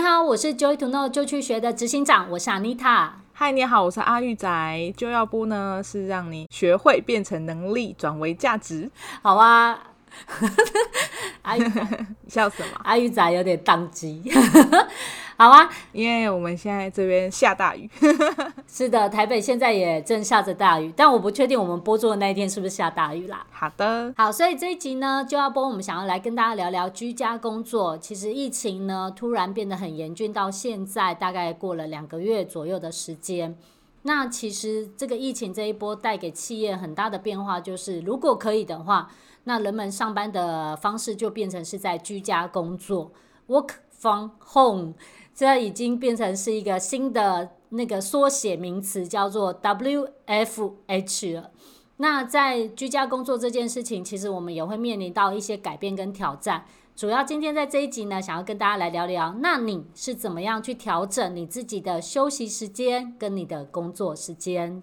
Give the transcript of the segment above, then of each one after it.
好，我是 Joy to Know 就去学的执行长，我是 Anita。 嗨，你好，我是阿玉仔。就要播呢，是让你学会变成能力，转为价值。 好啊，阿玉仔笑什么？ 阿玉仔有点宕机。好啊， 因为我们现在这边下大雨。 是的，台北现在也正下着大雨，但我不确定我们播出的那一天是不是下大雨啦。 好的， 好，所以这一集呢，就要播我们想要来跟大家聊聊居家工作。其实疫情呢，突然变得很严峻，到现在大概过了2个月左右的时间。那其实这个疫情这一波带给企业很大的变化，就是如果可以的话，那人们上班的方式就变成是在居家工作 ，work from home。这已经变成是一个新的那个缩写名词，叫做 WFH 了。那在居家工作这件事情，其实我们也会面临到一些改变跟挑战。主要今天在这一集呢，想要跟大家来聊聊，那你是怎么样去调整你自己的休息时间跟你的工作时间？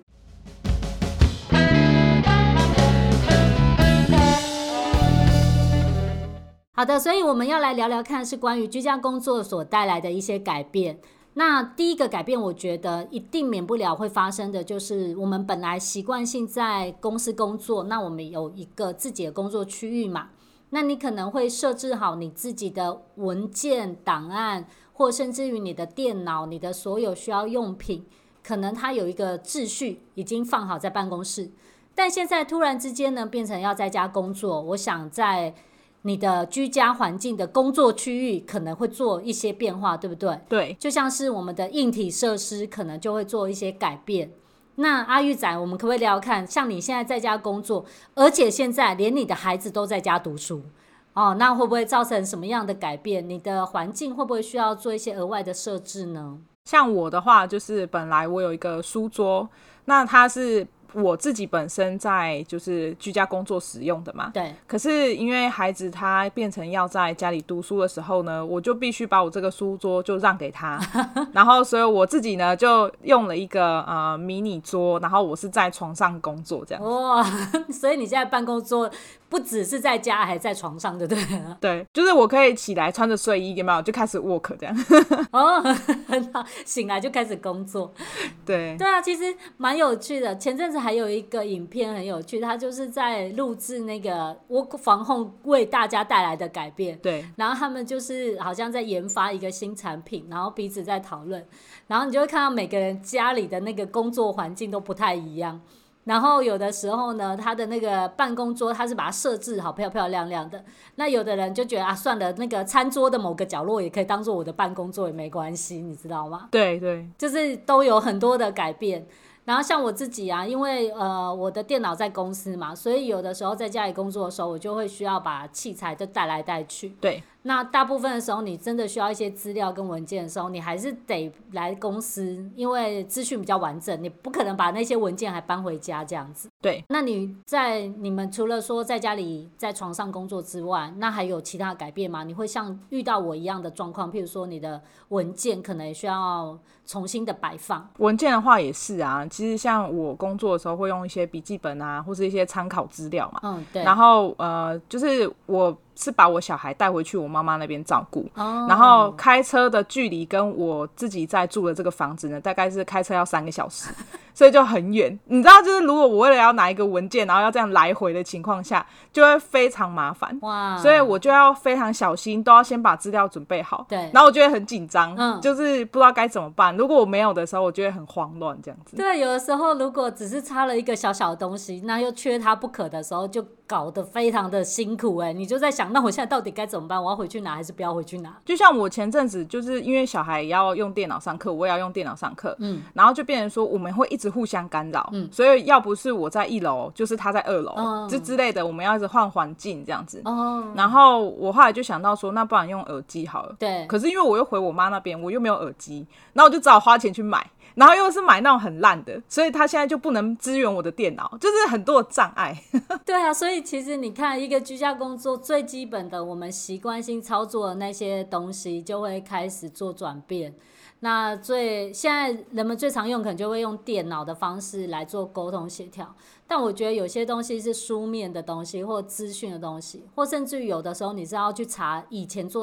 好的，所以我们要来聊聊看，是关于居家工作所带来的一些改变。那第一个改变，我觉得一定免不了会发生的，就是我们本来习惯性在公司工作，那我们有一个自己的工作区域嘛，那你可能会设置好你自己的文件档案，或甚至于你的电脑，你的所有需要用品，可能它有一个秩序已经放好在办公室。但现在突然之间呢，变成要在家工作，我想在你的居家环境的工作区域可能会做一些变化，对不对？ 对， 就像是我们的硬体设施可能就会做一些改变。那阿玉仔，我们可不可以聊聊看，像你现在在家工作，而且现在连你的孩子都在家读书哦，那会不会造成什么样的改变？你的环境会不会需要做一些额外的设置呢？ 像我的话，就是本来我有一个书桌，那它是我自己本身在就是居家工作使用的嘛， 对。 可是因为孩子他变成要在家里读书的时候呢，我就必须把我这个书桌就让给他，然后所以我自己呢就用了一个迷你桌，然后我是在床上工作这样。 哇，所以你现在办公桌不只是在家，还在床上，对不对？ 对，就是我可以起来穿着睡衣，有没有就开始 work 这样。 哦，很好，醒来就开始工作。 对对啊，其实蛮有趣的。前阵子还有一个影片很有趣，他就是在录制那个work from home为大家带来的改变。 对， 然后他们就是好像在研发一个新产品，然后彼此在讨论，然后你就会看到每个人家里的那个工作环境都不太一样。然后有的时候呢，他的那个办公桌他是把它设置好漂漂亮亮的，那有的人就觉得啊，算了，那个餐桌的某个角落也可以当做我的办公桌也没关系，你知道吗？ 对对， 就是都有很多的改变。然后像我自己啊，因为我的电脑在公司嘛，所以有的时候在家里工作的时候，我就会需要把器材都带来带去。 对， 那大部分的时候，你真的需要一些资料跟文件的时候，你还是得来公司，因为资讯比较完整，你不可能把那些文件还搬回家这样子。 对， 那你们除了说在家里在床上工作之外，那还有其他的改变吗？你会像遇到我一样的状况，譬如说你的文件可能也需要重新的摆放。 文件的话也是啊，其实像我工作的时候会用一些笔记本啊，或是一些参考资料嘛。 对。 然后就是我是把我小孩带回去我妈妈那边照顾，然后开车的距离跟我自己在住的这个房子呢，大概是开车要3个小时，所以就很远。你知道，就是如果我为了要拿一个文件，然后要这样来回的情况下，就会非常麻烦。哇！所以我就要非常小心，都要先把资料准备好。 对。 然后我就会很紧张，就是不知道该怎么办。如果我没有的时候，我就会很慌乱这样子。 对，有的时候如果只是差了一个小小的东西，那又缺它不可的时候，就搞得非常的辛苦。你就在想，那我现在到底该怎么办？我要回去拿还是不要回去拿？ 就像我前阵子就是因为小孩也要用电脑上课，我也要用电脑上课，然后就变成说我们会一直互相干扰，所以要不是我在1楼，就是他在2楼，这之类的，我们要一直换环境这样子。然后我后来就想到说，那不然用耳机好了。 对。 可是因为我又回我妈那边，我又没有耳机，然后我就只好花钱去买。然后又是买那种很烂的，所以他现在就不能支援我的电脑，就是很多的障碍。 对啊，所以其实你看，一个居家工作最基本的我们习惯性操作的那些东西就会开始做转变。那现在人们最常用可能就会用电脑的方式来做沟通协调，但我觉得有些东西是书面的东西或资讯的东西，或甚至于有的时候你是要去查以前做的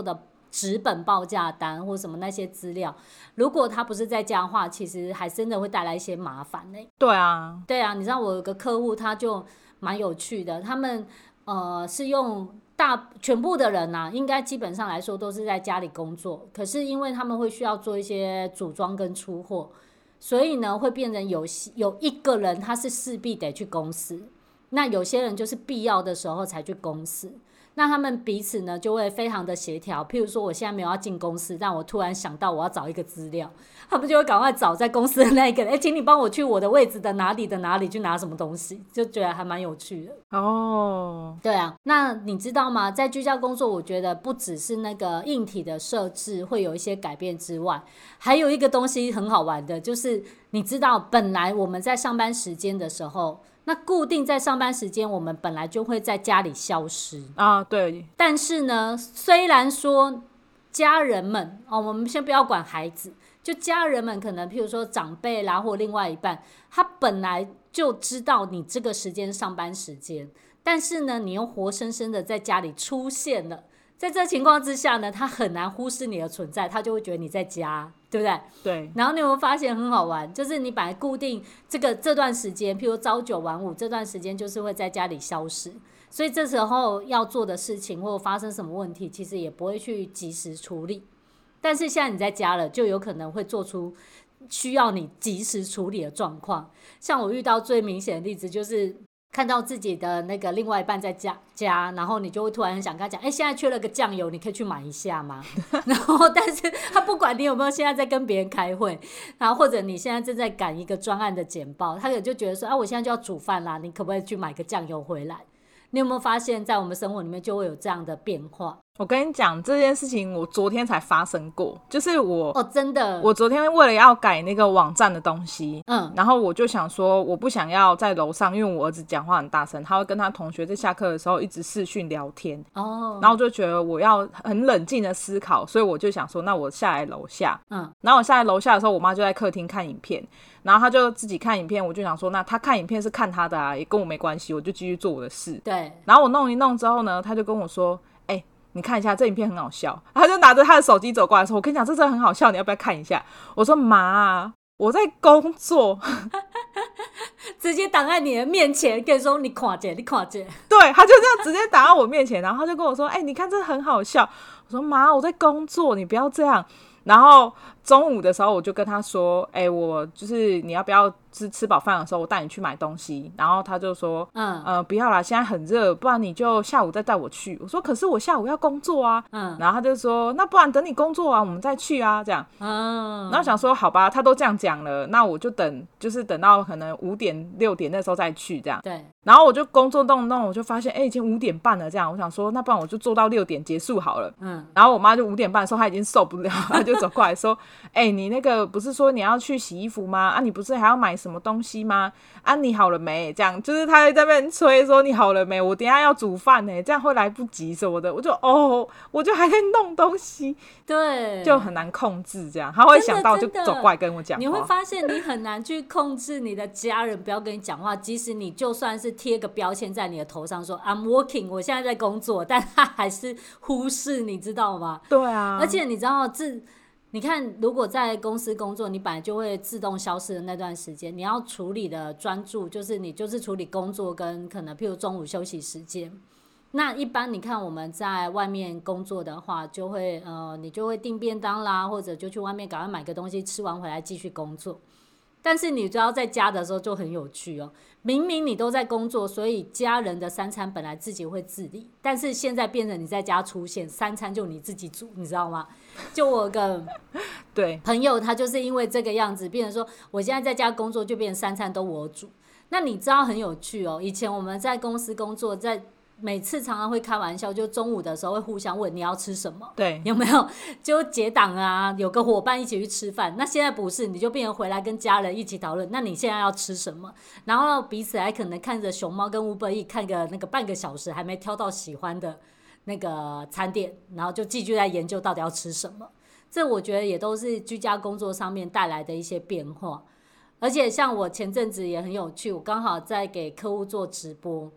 纸本报价单或什么那些资料，如果他不是在家的话，其实还真的会带来一些麻烦呢。 对啊， 对啊，你知道我有个客户他就蛮有趣的，他们是用全部的人啊，应该基本上来说都是在家里工作，可是因为他们会需要做一些组装跟出货，所以呢会变成有一个人他是势必得去公司，那有些人就是必要的时候才去公司。那他们彼此呢就会非常的协调，譬如说我现在没有要进公司，但我突然想到我要找一个资料，他们就会赶快找在公司的那一个人，请你帮我去我的位置的哪里的哪里去拿什么东西，就觉得还蛮有趣的哦。对啊，那你知道吗，在居家工作我觉得不只是那个硬体的设置会有一些改变之外，还有一个东西很好玩的，就是你知道本来我们在上班时间的时候，那固定在上班时间我们本来就会在家里消失啊，对。 但是呢，虽然说家人们我们先不要管孩子，就家人们可能譬如说长辈啦或另外一半，他本来就知道你这个时间上班时间，但是呢你又活生生的在家里出现了，在这情况之下呢，他很难忽视你的存在，他就会觉得你在家，对不对？ 对。 然后你有没有发现很好玩，就是你本来固定这段时间，譬如朝9晚5这段时间就是会在家里消失，所以这时候要做的事情或发生什么问题其实也不会去及时处理，但是现在你在家了，就有可能会做出需要你及时处理的状况。像我遇到最明显的例子就是看到自己的那个另外一半在家，然后你就会突然很想跟他讲，现在缺了个酱油，你可以去买一下吗？然后但是他不管你有没有现在在跟别人开会，然后或者你现在正在赶一个专案的简报，他可能就觉得说我现在就要煮饭啦，你可不可以去买个酱油回来？你有没有发现在我们生活里面就会有这样的变化？ 我跟你讲这件事情我昨天才发生过，就是真的， 我昨天为了要改那个网站的东西，然后我就想说我不想要在楼上，因为我儿子讲话很大声，他会跟他同学在下课的时候一直视讯聊天，然后我就觉得我要很冷静的思考，所以我就想说那我下来楼下，然后我下来楼下的时候，我妈就在客厅看影片，然后他就自己看影片，我就想说那他看影片是看他的啊，也跟我没关系，我就继续做我的事。 对， 然后我弄一弄之后呢，他就跟我说你看一下这影片很好笑，他就拿着他的手机走过来说，我跟你讲这真的很好笑，你要不要看一下？我说妈我在工作直接挡在你的面前跟你说你看姐你看姐， 对，他就这样直接挡在我面前，然后他就跟我说你看这很好笑。我说妈我在工作，你不要这样。然后中午的时候我就跟他说我就是你要不要吃饱饭的时候我带你去买东西，然后他就说不要啦，现在很热，不然你就下午再带我去。我说可是我下午要工作啊，然后他就说那不然等你工作完我们再去啊，这样然后想说好吧，他都这样讲了，那我就等到可能5点6点那时候再去这样。 对， 然后我就工作弄，我就发现已经5点半了这样，我想说那不然我就做到6点结束好了。然后我妈就5点半的时候她已经受不了，她就走过来说你那个不是说你要去洗衣服吗？你不是还要买什么东西吗？你好了没？这样就是她在那边催说你好了没，我等一下要煮饭这样会来不及什么的。我就还在弄东西， 对， 就很难控制这样。她会想到就走过来跟我讲话。 你会发现你很难去控制你的家人不要跟你讲话，即使你就算是贴个标签在你的头上说 I'm working 我现在在工作，但他还是忽视，你知道吗？ 对啊， 而且你知道你看如果在公司工作，你本来就会自动消失的那段时间，你要处理的专注就是你就是处理工作跟可能譬如中午休息时间。那一般你看我们在外面工作的话就会你就会订便当啦，或者就去外面赶快买个东西吃完回来继续工作。但是你只要在家的时候就很有趣明明你都在工作，所以家人的3餐本来自己会自理，但是现在变成你在家出现3餐就你自己煮，你知道吗？就我有个朋友他就是因为这个样子变成说我现在在家工作就变成3餐都我煮。那你知道很有趣以前我们在公司工作每次常常会开玩笑，就中午的时候会互相问你要吃什么， 对， 有没有就结党啊，有个伙伴一起去吃饭。那现在不是，你就变成回来跟家人一起讨论，那你现在要吃什么？然后彼此还可能看着熊猫跟 Uber Eats 看个那个半个小时，还没挑到喜欢的那个餐点，然后就继续在研究到底要吃什么。这我觉得也都是居家工作上面带来的一些变化。而且像我前阵子也很有趣，我刚好在给客户做直播。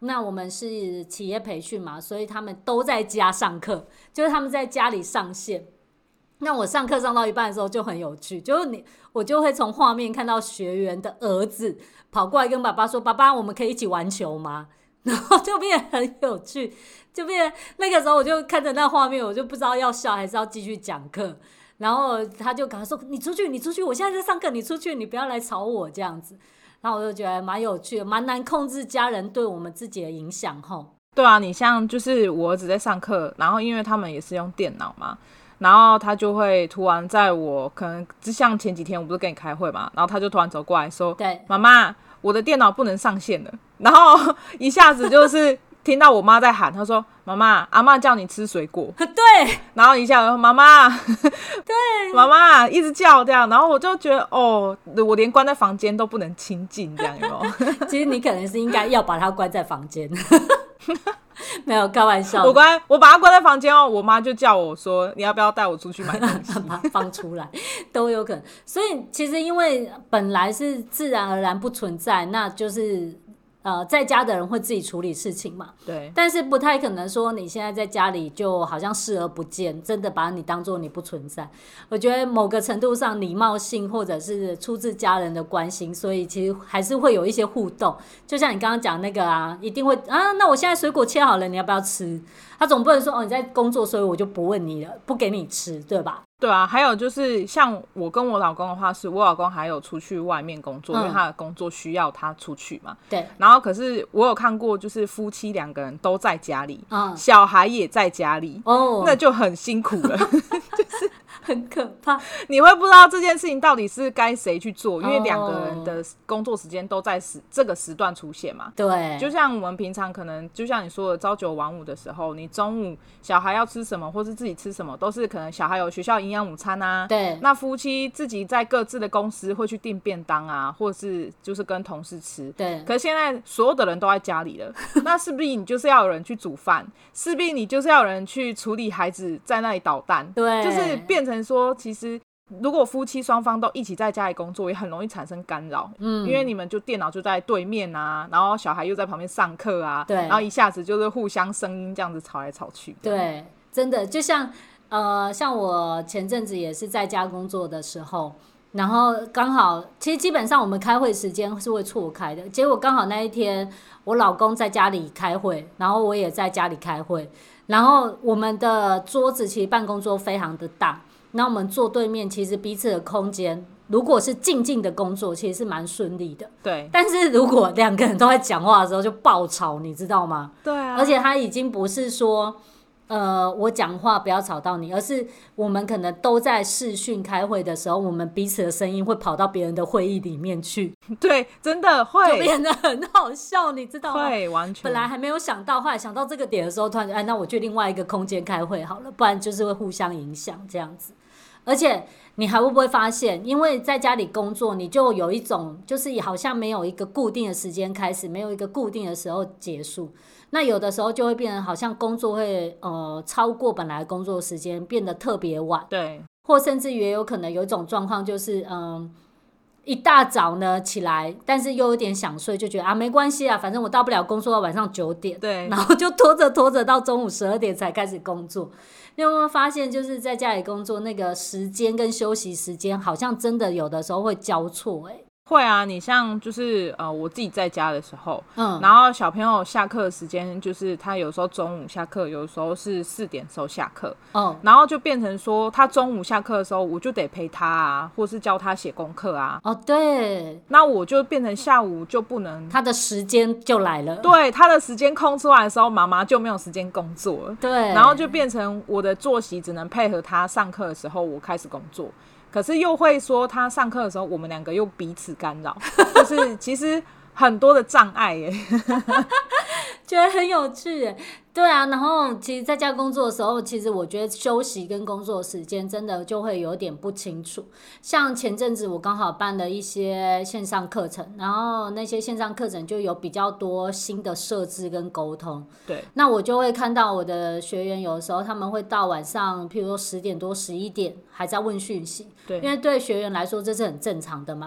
那我们是企业培训嘛，所以他们都在家上课，就是他们在家里上线。那我上课上到一半的时候就很有趣，就是我就会从画面看到学员的儿子跑过来跟爸爸说：“爸爸，我们可以一起玩球吗？”然后就变得很有趣，就变那个时候我就看着那画面，我就不知道要笑还是要继续讲课。然后他就赶快说：“你出去，你出去，我现在在上课，你出去，你不要来吵我这样子。”然后我就觉得蛮有趣的，蛮难控制家人对我们自己的影响吼。 对啊，你像就是我儿子在上课，然后因为他们也是用电脑嘛，然后他就会突然在我可能就像前几天我不是跟你开会嘛，然后他就突然走过来说：“对，妈妈，我的电脑不能上线了。”然后一下子就是听到我妈在喊，她说：“妈妈，阿嬷叫你吃水果。” 对， 然后一下说：“妈妈，对，妈妈一直叫这样。”然后我就觉得哦，我连关在房间都不能亲近这样，有没有？ 其实你可能是应该要把他关在房间。没有开玩笑， 我把他关在房间哦，我妈就叫我说：“你要不要带我出去买东西？” 把它放出来都有可能。所以其实因为本来是自然而然不存在，那就是在家的人会自己处理事情嘛。 对。 但是不太可能说你现在在家里就好像视而不见，真的把你当作你不存在。我觉得某个程度上礼貌性或者是出自家人的关心，所以其实还是会有一些互动。就像你刚刚讲那个啊，一定会啊，那我现在水果切好了，你要不要吃？他总不能说哦你在工作，所以我就不问你了，不给你吃，对吧？ 对啊，还有就是像我跟我老公的话，是我老公还有出去外面工作，因为他的工作需要他出去嘛。 对。 然后可是我有看过，就是夫妻两个人都在家里，小孩也在家里，那就很辛苦了，就是很可怕。 你会不知道这件事情到底是该谁去做，因为两个人的工作时间都在这个时段出现嘛。 对。 就像我们平常可能，就像你说的朝9晚5的时候，你中午小孩要吃什么，或是自己吃什么，都是可能小孩有学校营养午餐啊。 对。 那夫妻自己在各自的公司会去订便当啊，或是就是跟同事吃。 对。 可是现在所有的人都在家里了，那势必你就是要有人去煮饭，势必你就是要有人去处理孩子在那里捣蛋。 对。 就是变成说，其实如果夫妻双方都一起在家里工作，也很容易产生干扰。因为你们就电脑就在对面啊，然后小孩又在旁边上课啊，对，然后一下子就是互相声音这样子吵来吵去。 对，真的就像像我前阵子也是在家工作的时候，然后刚好其实基本上我们开会时间是会错开的，结果刚好那一天我老公在家里开会，然后我也在家里开会，然后我们的桌子其实办公桌非常的大，那我们坐对面，其实彼此的空间如果是静静的工作，其实是蛮顺利的。 对。 但是如果两个人都在讲话的时候，就爆吵，你知道吗？ 对啊。 而且他已经不是说我讲话不要吵到你，而是我们可能都在视讯开会的时候，我们彼此的声音会跑到别人的会议里面去。 对，真的会， 就变得很好笑，你知道吗？ 会，完全。 本来还没有想到，后来想到这个点的时候，突然就那我去另外一个空间开会好了，不然就是会互相影响这样子。而且你还会不会发现，因为在家里工作，你就有一种就是好像没有一个固定的时间开始，没有一个固定的时候结束。那有的时候就会变成好像工作会超过本来工作时间，变得特别晚。 对。 或甚至也有可能有一种状况就是一大早呢起来，但是又有点想睡，就觉得没关系啊，反正我到不了工作到晚上9点， 对， 然后就拖着到中午12点才开始工作。你有没有发现，就是在家里工作那个时间跟休息时间，好像真的有的时候会交错会啊，你像就是我自己在家的时候，然后小朋友下课的时间就是他有时候中午下课，有时候是4点的时候下课，然后就变成说他中午下课的时候，我就得陪他啊，或是教他写功课啊。 对， 那我就变成下午就不能， 他的时间就来了。 对，他的时间空出来的时候，妈妈就没有时间工作了。 对， 然后就变成我的作息只能配合他上课的时候，我开始工作。可是又会说他上课的时候，我们两个又彼此干扰，就是其实很多的障碍耶， 觉得很有趣耶。对啊，然后其实在家工作的时候，其实我觉得休息跟工作时间真的就会有点不清楚。像前阵子我刚好办了一些线上课程，然后那些线上课程就有比较多新的设置跟沟通。 对， 那我就会看到我的学员有的时候他们会到晚上譬如说10点多11点还在问讯息。对，因为对学员来说这是很正常的嘛。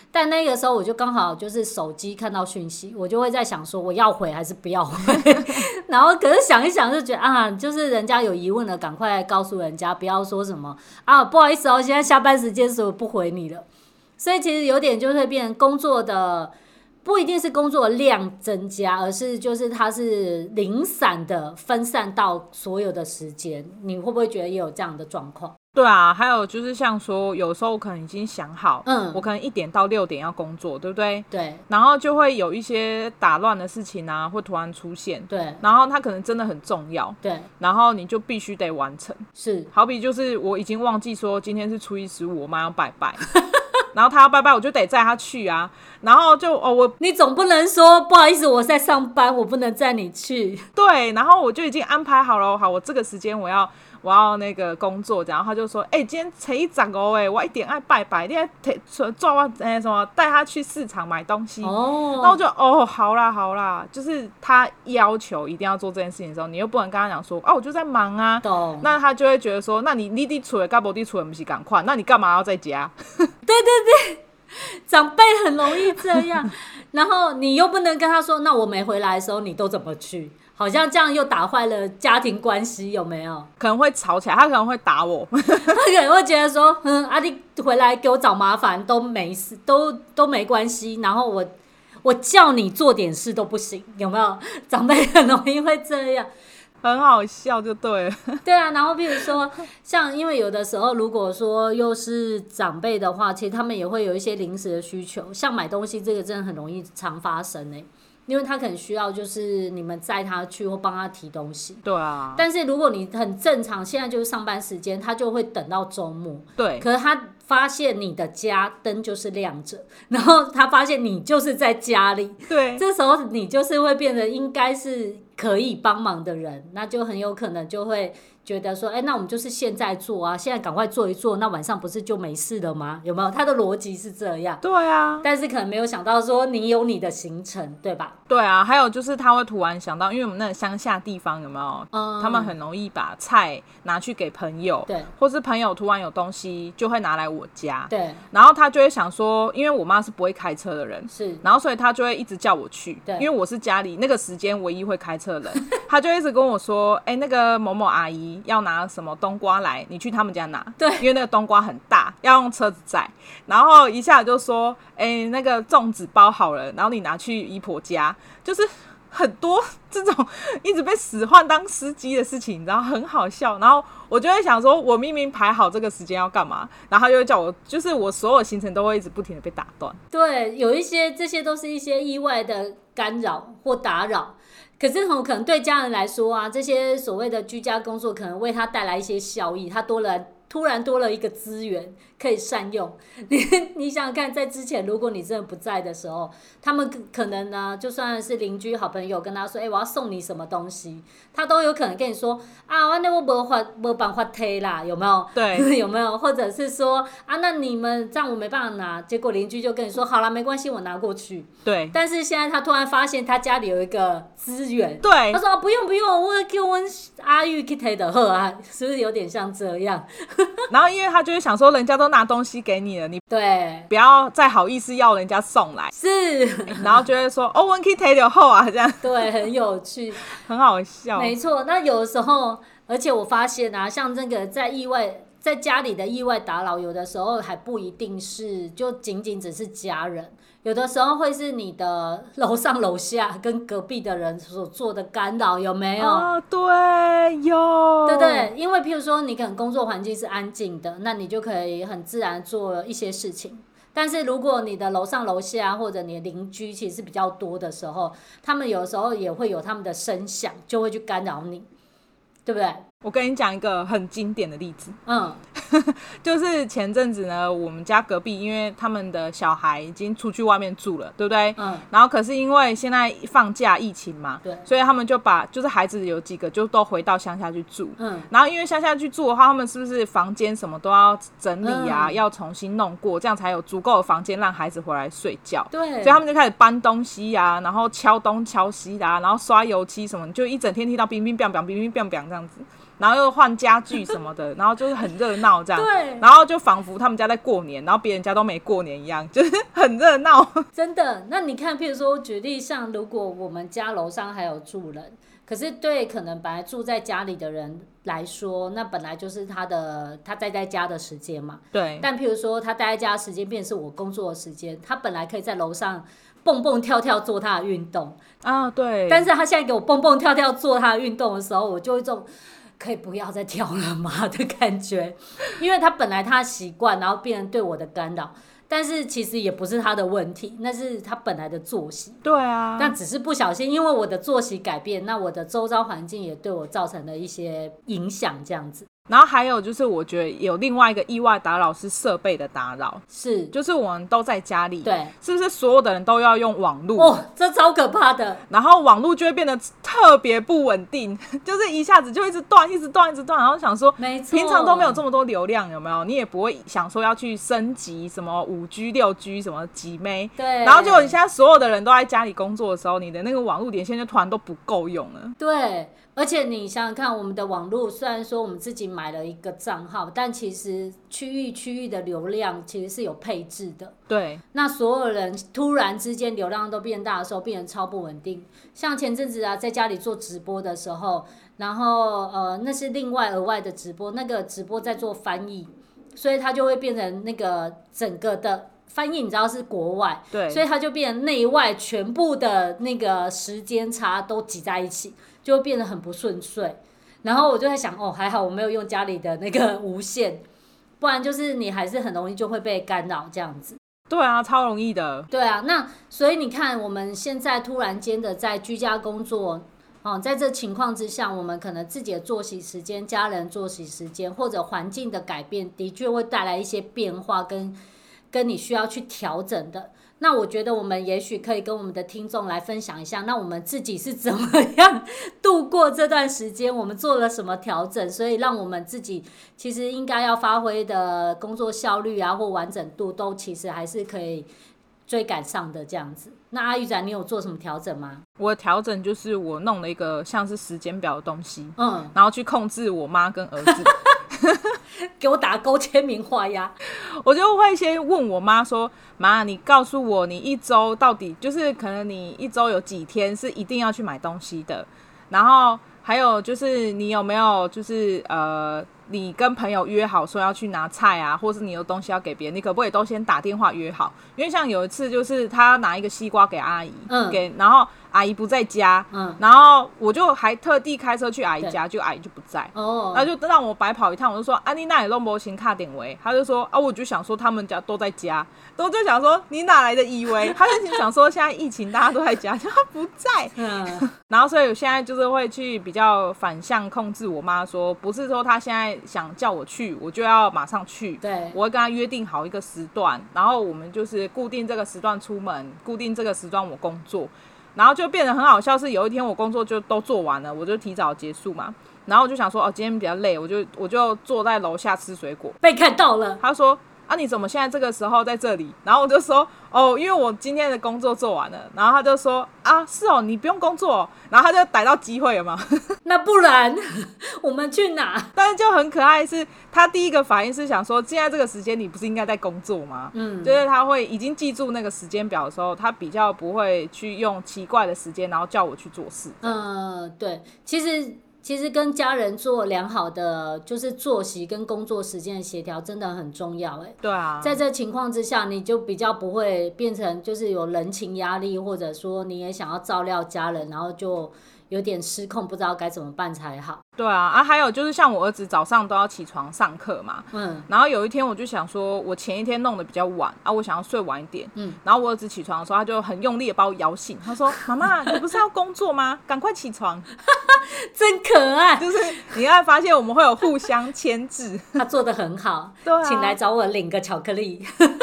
但那个时候我就刚好就是手机看到讯息，我就会在想说我要回还是不要回然后可是想一想就觉得啊，就是人家有疑问了赶快告诉人家，不要说什么啊不好意思哦，现在下班时间所以我不回你了。所以其实有点就会变成工作的不一定是工作量增加，而是就是它是零散的分散到所有的时间。你会不会觉得也有这样的状况？ 对啊，还有就是像说有时候我可能已经想好，我可能1点到6点要工作，对不对？ 对。 然后就会有一些打乱的事情啊，会突然出现。 对。 然后它可能真的很重要。 对。 然后你就必须得完成。 是。 好比就是我已经忘记说今天是初一十五，我妈要拜拜。然后他要拜拜，我就得载他去啊。然后就你总不能说不好意思，我在上班，我不能载你去。 对，然后我就已经安排好了，好，我这个时间我要那个工作，然后他就说，今天初一十五我1点爱拜拜，你要抓我什么带他去市场买东西。然后就好啦，就是他要求一定要做这件事情的时候，你又不能跟他讲说我就在忙啊。 懂。 那他就会觉得说，那你在厝的跟不在厝的不是同款，那你干嘛要在家？ 对，长辈很容易这样。然后你又不能跟他说，那我没回来的时候你都怎么去？好像这样又打坏了家庭关系，有没有？ 可能会吵起来，他可能会打我。 他可能会觉得说，你回来给我找麻烦都没事，都没关系。然后我叫你做点事都不行，有没有？长辈很容易会这样。 很好笑就对了。 对啊，然后比如说像因为有的时候如果说又是长辈的话，其实他们也会有一些临时的需求，像买东西这个真的很容易常发生因为他可能需要就是你们载他去或帮他提东西。 对啊。 但是如果你很正常，现在就是上班时间，他就会等到周末。 对。 可是他发现你的家灯就是亮着，然后他发现你就是在家里。 对。 这时候你就是会变得应该是可以帮忙的人，那就很有可能就会觉得说，那我们就是现在做啊，现在赶快做一做，那晚上不是就没事了吗？有没有？他的逻辑是这样。 对啊。 但是可能没有想到说你有你的行程，对吧？ 对啊，还有就是他会突然想到，因为我们那个乡下地方有没有？他们很容易把菜拿去给朋友， 对， 或是朋友突然有东西就会拿来我家， 对。 然后他就会想说，因为我妈是不会开车的人， 是， 然后所以他就会一直叫我去， 对， 因为我是家里那个时间唯一会开车的人，他就一直跟我说，那个某某阿姨要拿什么冬瓜来，你去他们家拿， 对， 因为那个冬瓜很大，要用车子载，然后一下就说，那个粽子包好了，然后你拿去姨婆家，就是很多这种一直被使唤当司机的事情，然后很好笑。然后我就会想说，我明明排好这个时间要干嘛，然后他就会叫我，就是我所有行程都会一直不停的被打断。 对，有一些这些都是一些意外的干扰或打扰。可是可能对家人来说啊，这些所谓的居家工作可能为他带来一些效益，他突然多了一个资源可以善用。你想想看，在之前如果你真的不在的时候，他们可能呢，就算是邻居好朋友跟他说，我要送你什么东西，他都有可能跟你说啊，那我没办法提啦，有没有？ 对。 有没有？或者是说啊，那你们这样我没办法拿，结果邻居就跟你说好啦，没关系，我拿过去。 对。 但是现在他突然发现他家里有一个资源， 对， 他说不用，我叫我阿玉去提就好啊，是不是有点像这样？ 然后因为他就会想说，人家都拿东西给你了，你对不要再好意思要人家送来， 是，然后就会说我可以提就好啊，这样。 对，很有趣， 很好笑。 没错，那有的时候，而且我发现啊，像这个在家里的意外打扰，有的时候还不一定是就仅仅只是家人。有的时候会是你的楼上楼下跟隔壁的人所做的干扰，有没有？ 对，有， 对不对？因为譬如说你可能工作环境是安静的，那你就可以很自然做一些事情。但是如果你的楼上楼下或者你的邻居其实是比较多的时候，他们有时候也会有他们的声响，就会去干扰你，对不对？ 我跟你讲一个很经典的例子，就是前阵子呢，我们家隔壁因为他们的小孩已经出去外面住了，对不对？然后可是因为现在放假疫情嘛， 对， 所以他们就把就是孩子有几个就都回到乡下去住，然后因为乡下去住的话，他们是不是房间什么都要整理啊，要重新弄过，这样才有足够的房间让孩子回来睡觉， 对， 所以他们就开始搬东西啊，然后敲东敲西啊，然后刷油漆什么，就一整天听到乒乒乓乓乒乒乓乓这样子。 然后又换家具什么的，然后就是很热闹这样。 对， 然后就仿佛他们家在过年，然后别人家都没过年一样，就是很热闹。 真的。那你看，譬如说举例，像如果我们家楼上还有住人，可是对可能本来住在家里的人来说，那本来就是他待在家的时间嘛。 对。 但譬如说他待在家的时间变成是我工作的时间，他本来可以在楼上蹦蹦跳跳做他的运动啊，对。 但是他现在给我蹦蹦跳跳做他的运动的时候，我就有一种可以不要再跳了吗的感觉，因为他本来他习惯，然后变成对我的干扰。但是其实也不是他的问题，那是他本来的作息。 对啊， 但只是不小心，因为我的作息改变，那我的周遭环境也对我造成了一些影响，这样子。 然后还有就是，我觉得有另外一个意外打扰是设备的打扰， 是就是我们都在家里， 对， 是不是所有的人都要用网路？ 哦，这超可怕的。 然后网路就会变得特别不稳定，就是一下子就一直断，一直断，一直断。然后想说， 没错， 平常都没有这么多流量，有没有？你也不会想说要去升级什么5G、6G 什么几枚， 对。 然后结果你现在所有的人都在家里工作的时候，你的那个网路连线就突然都不够用了。 对。而且你想想看，我们的网络虽然说我们自己买了一个账号，但其实区域的流量其实是有配置的。 对。 那所有人突然之间流量都变大的时候，变成超不稳定。像前阵子啊，在家里做直播的时候，然后那是另外额外的直播，那个直播在做翻译，所以它就会变成那个整个的翻译，你知道是国外， 对， 所以它就变成内外全部的那个时间差都挤在一起。就会变得很不顺遂，然后我就在想，哦，还好我没有用家里的那个无线，不然就是你还是很容易就会被干扰这样子。 对啊，超容易的。 对啊，那所以你看，我们现在突然间的在居家工作，在这情况之下，我们可能自己的作息时间、家人作息时间或者环境的改变，的确会带来一些变化跟你需要去调整的。那我觉得我们也许可以跟我们的听众来分享一下，那我们自己是怎么样度过这段时间，我们做了什么调整，所以让我们自己其实应该要发挥的工作效率啊或完整度都其实还是可以追赶上的这样子。那阿玉仔，你有做什么调整吗？ 我的调整就是我弄了一个像是时间表的东西，然后去控制我妈跟儿子给我打勾签名画押。 我就会先问我妈说，妈，你告诉我你一周到底就是可能你一周有几天是一定要去买东西的，然后还有就是你有没有就是你跟朋友约好说要去拿菜啊，或是你有东西要给别人，你可不可以都先打电话约好？因为像有一次就是他拿一个西瓜给阿姨，然后阿姨不在家，然后我就还特地开车去阿姨家，就阿姨就不在，然后就让我白跑一趟。我就说你那里都没行卡点位，他就说我就想说他们家都在家，我就想说你哪来的以为？他就想说现在疫情大家都在家，就他不在，然后所以我现在就是会去比较反向控制我妈，说不是说他现在想叫我去，我就要马上去， 对， 我会跟他约定好一个时段，然后我们就是固定这个时段出门，固定这个时段我工作。然后就变得很好笑，是有一天我工作就都做完了，我就提早结束嘛，然后我就想说今天比较累，我就坐在楼下吃水果， 被看到了。 他说你怎么现在这个时候在这里？然后我就说因为我今天的工作做完了。然后他就说是你不用工作然后他就逮到机会了嘛。 那不然我们去哪？ 但是就很可爱，是他第一个反应是想说现在这个时间你不是应该在工作吗？就是他会已经记住那个时间表的时候，他比较不会去用奇怪的时间然后叫我去做事。 对，其实跟家人做良好的就是作息跟工作时间的协调真的很重要。 对啊， 在这情况之下，你就比较不会变成就是有人情压力，或者说你也想要照料家人，然后就有点失控，不知道该怎么办才好。 对啊，还有就是像我儿子早上都要起床上课嘛，然后有一天我就想说，我前一天弄得比较晚我想要睡晚一点，然后我儿子起床的时候，他就很用力的把我摇醒，他说：“妈妈，你不是要工作吗？赶快起床。” 真可爱， 就是你会发现我们会有互相牵制。 他做得很好， 对啊， 请来找我领个巧克力。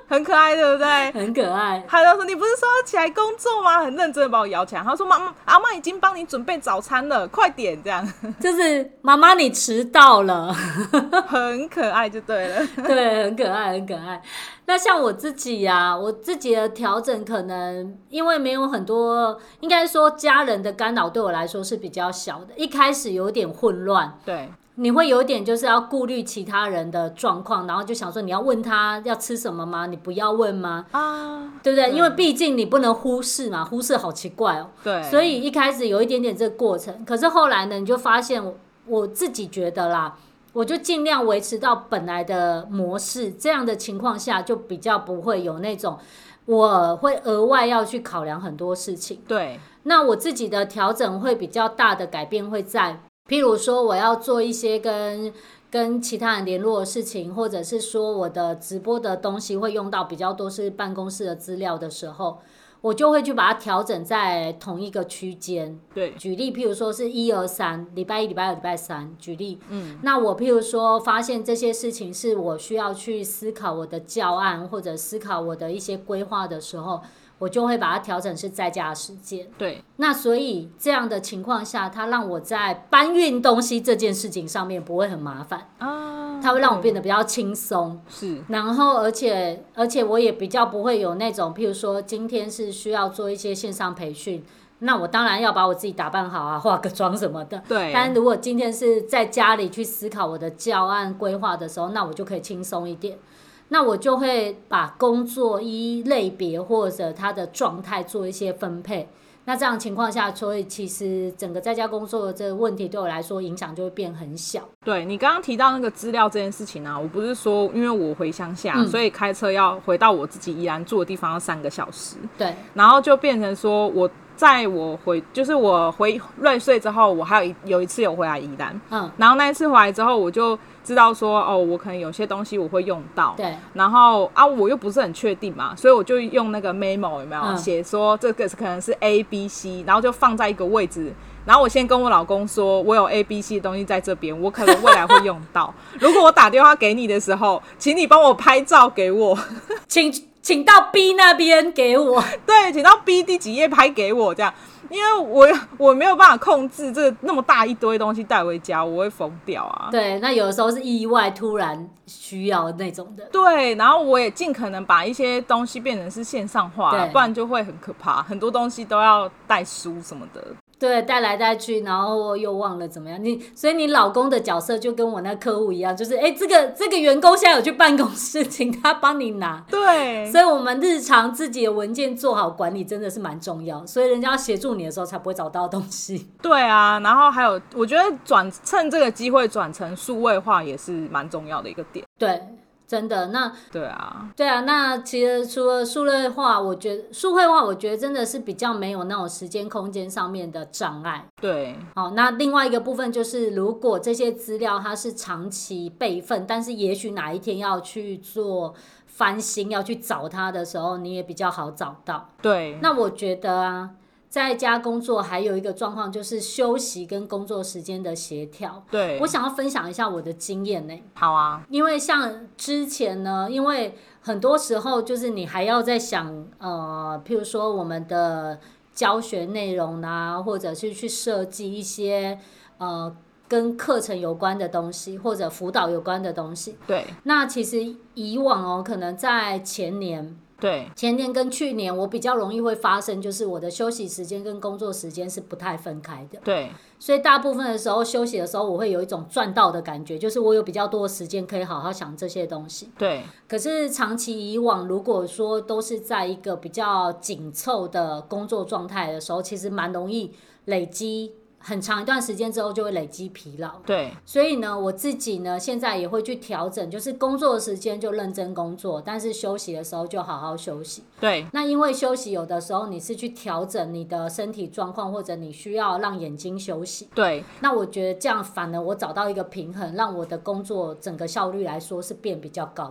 很可爱对不对？ 很可爱。 他就说你不是说要起来工作吗？很认真的把我摇起来。他说阿嬷已经帮你准备早餐了，快点这样。 就是妈妈你迟到了。 很可爱就对了。 对，很可爱很可爱。那像我自己啊，我自己的调整可能因为没有很多，应该说家人的干扰对我来说是比较小的，一开始有点混乱。 对， 你会有点就是要顾虑其他人的状况，然后就想说你要问他要吃什么吗？你不要问吗？对不对？因为毕竟你不能忽视嘛，忽视好奇怪哦。 对， 所以一开始有一点点这个过程，可是后来呢，你就发现我自己觉得啦，我就尽量维持到本来的模式，这样的情况下就比较不会有那种我会额外要去考量很多事情。 对， 那我自己的调整会比较大的改变会在，譬如说我要做一些跟其他人联络的事情，或者是说我的直播的东西会用到比较多是办公室的资料的时候，我就会去把它调整在同一个区间。 对， 举例，譬如说是1、2、3，礼拜一、礼拜二、礼拜三，举例。那我譬如说发现这些事情是我需要去思考我的教案，或者思考我的一些规划的时候，我就会把它调整是在家的时间。 对， 那所以这样的情况下，它让我在搬运东西这件事情上面不会很麻烦啊，它会让我变得比较轻松。 是， 然后而且我也比较不会有那种，譬如说今天是需要做一些线上培训，那我当然要把我自己打扮好啊，化个妆什么的。 对。 但如果今天是在家里去思考我的教案规划的时候，那我就可以轻松一点。那我就会把工作依类别或者它的状态做一些分配。那这样的情况下，所以其实整个在家工作的这个问题对我来说影响就会变很小。 对，你刚刚提到那个资料这件事情啊，我不是说因为我回乡下，所以开车要回到我自己宜兰住的地方要3个小时。 对， 然后就变成说就是我回瑞穗之后，我还有一次有回来宜兰，然后那一次回来之后，我就知道说我可能有些东西我会用到， 对， 然后我又不是很确定嘛，所以我就用那个 memo 有没有写说这个可能是 A、B、C， 然后就放在一个位置。然后我先跟我老公说，我有 A、B、C 的东西在这边，我可能未来会用到。如果我打电话给你的时候，请你帮我拍照给我， 请到 B 那边给我。 对，请到 B 第几页拍给我这样，因为我没有办法控制这个那么大一堆东西带回家，我会疯掉啊。 对，那有的时候是意外突然需要那种的。 对，然后我也尽可能把一些东西变成是线上化，不然就会很可怕，很多东西都要带书什么的。 对，带来带去，然后又忘了怎么样。所以你老公的角色就跟我那客户一样，就是这个员工现在有去办公室，请他帮你拿。 对， 所以我们日常自己的文件做好管理真的是蛮重要，所以人家要协助你的时候才不会找到东西。 对啊，然后还有我觉得趁这个机会转成数位化也是蛮重要的一个点。 对。真的， 对啊， 那其实除了数位化，我觉得真的是比较没有那种时间空间上面的障碍。 对， 好，那另外一个部分就是，如果这些资料它是长期备份，但是也许哪一天要去做翻新，要去找它的时候，你也比较好找到。 对， 那我觉得啊，在家工作还有一个状况就是休息跟工作时间的协调。 对， 我想要分享一下我的经验呢。 好啊， 因为像之前呢，因为很多时候就是你还要在想譬如说我们的教学内容啊，或者是去设计一些跟课程有关的东西，或者辅导有关的东西。 对， 那其实以往可能在前年跟去年，我比较容易会发生，就是我的休息时间跟工作时间是不太分开的。 对， 所以大部分的时候休息的时候，我会有一种赚到的感觉，就是我有比较多的时间可以好好想这些东西。 对。 可是长期以往，如果说都是在一个比较紧凑的工作状态的时候，其实蛮容易累积。很长一段时间之后就会累积疲劳。 对， 所以呢，我自己呢现在也会去调整，就是工作的时间就认真工作，但是休息的时候就好好休息。 对， 那因为休息有的时候你是去调整你的身体状况，或者你需要让眼睛休息。 对， 那我觉得这样反而我找到一个平衡，让我的工作整个效率来说是变比较高的。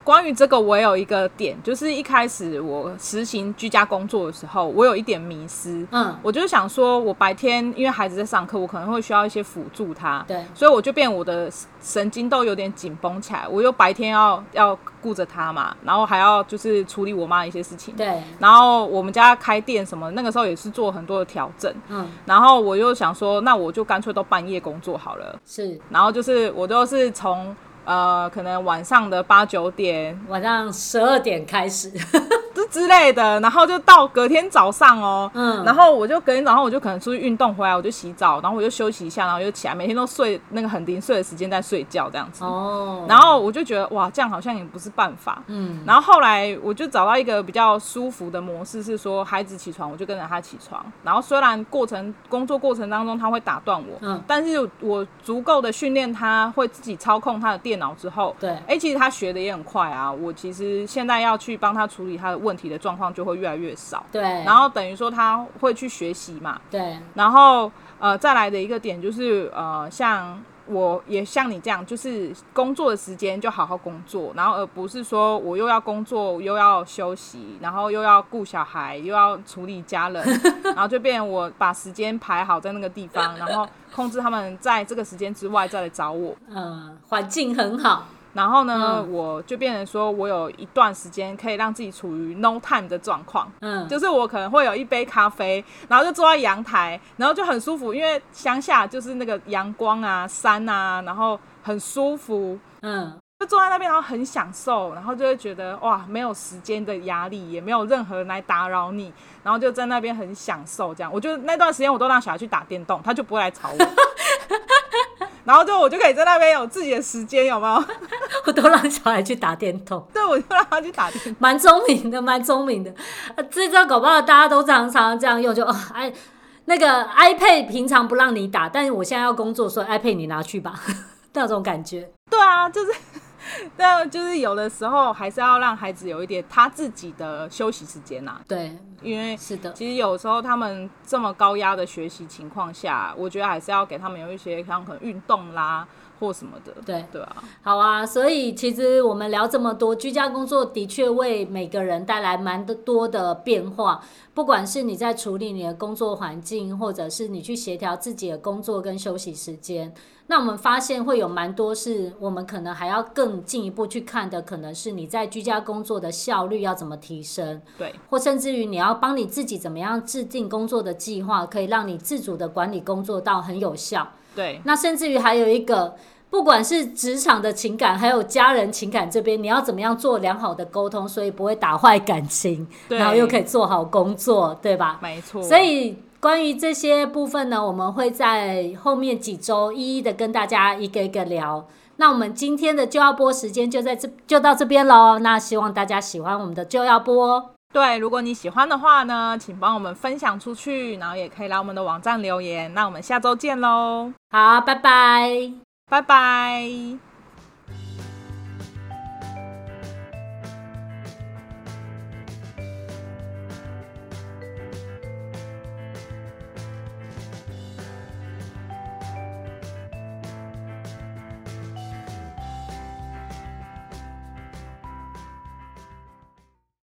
关于这个我有一个点，就是一开始我实行居家工作的时候，我有一点迷思，我就想说我白天因为孩子在上课，我可能会需要一些辅助他， 对， 所以我就变我的神经都有点紧绷起来，我又白天要顾着他嘛，然后还要就是处理我妈的一些事情， 对， 然后我们家开店什么，那个时候也是做很多的调整，然后我又想说，那我就干脆都半夜工作好了， 是， 然后就是我都是从可能晚上的8、9点， 晚上12点开始之类的，然后就到隔天早上然后我就隔天早上我就可能出去运动回来，我就洗澡，然后我就休息一下，然后就起来，每天都睡那个很零碎的时间在睡觉这样子。然后我就觉得哇，这样好像也不是办法。然后后来我就找到一个比较舒服的模式，是说孩子起床我就跟着他起床，然后虽然工作过程当中他会打断我，但是我足够的训练他会自己操控他的电脑之后， 对， 其实他学的也很快啊。我其实现在要去帮他处理他的问题的状况就会越来越少， 对， 然后等于说他会去学习嘛， 对， 然后再来的一个点就是像我也像你这样，就是工作的时间就好好工作，然后而不是说我又要工作又要休息，然后又要顾小孩又要处理家人然后就变成我把时间排好在那个地方，然后控制他们在这个时间之外再来找我， 环境很好。 然后呢，我就变成说我有一段时间可以让自己处于 no time 的状况，就是我可能会有一杯咖啡，然后就坐在阳台，然后就很舒服，因为乡下就是那个阳光啊、山啊，然后很舒服，就坐在那边，然后很享受，然后就会觉得哇，没有时间的压力，也没有任何人来打扰你，然后就在那边很享受这样。我就那段时间我都让小孩去打电动，他就不会来吵我然后我就可以在那边有自己的时间，有没有？ 我都让小孩去打电动， 对，我就让他去打电动， 蛮聪明的，蛮聪明的。这招搞不好大家都常常这样用，就那个 iPad 平常不让你打，但是我现在要工作，所以 iPad 你拿去吧，那种感觉。 对啊，就是。但就是有的时候还是要让孩子有一点他自己的休息时间啊。 对， 因为是的， 其实有时候他们这么高压的学习情况下，我觉得还是要给他们有一些像可能运动啦或什么的。对啊， 好啊。所以其实我们聊这么多，居家工作的确为每个人带来蛮多的变化。不管是你在处理你的工作环境，或者是你去协调自己的工作跟休息时间，那我们发现会有蛮多是我们可能还要更进一步去看的，可能是你在居家工作的效率要怎么提升， 对， 或甚至于你要帮你自己怎么样制定工作的计划，可以让你自主的管理工作到很有效。 对， 那甚至于还有一个，不管是职场的情感，还有家人情感这边，你要怎么样做良好的沟通，所以不会打坏感情，然后又可以做好工作，对吧？ 没错。所以关于这些部分呢，我们会在后面几周一一的跟大家一个一个聊。那我们今天的就要播时间就到这边咯。那希望大家喜欢我们的就要播。 对，如果你喜欢的话呢，请帮我们分享出去，然后也可以来我们的网站留言。那我们下周见咯。 好，拜拜。 拜拜。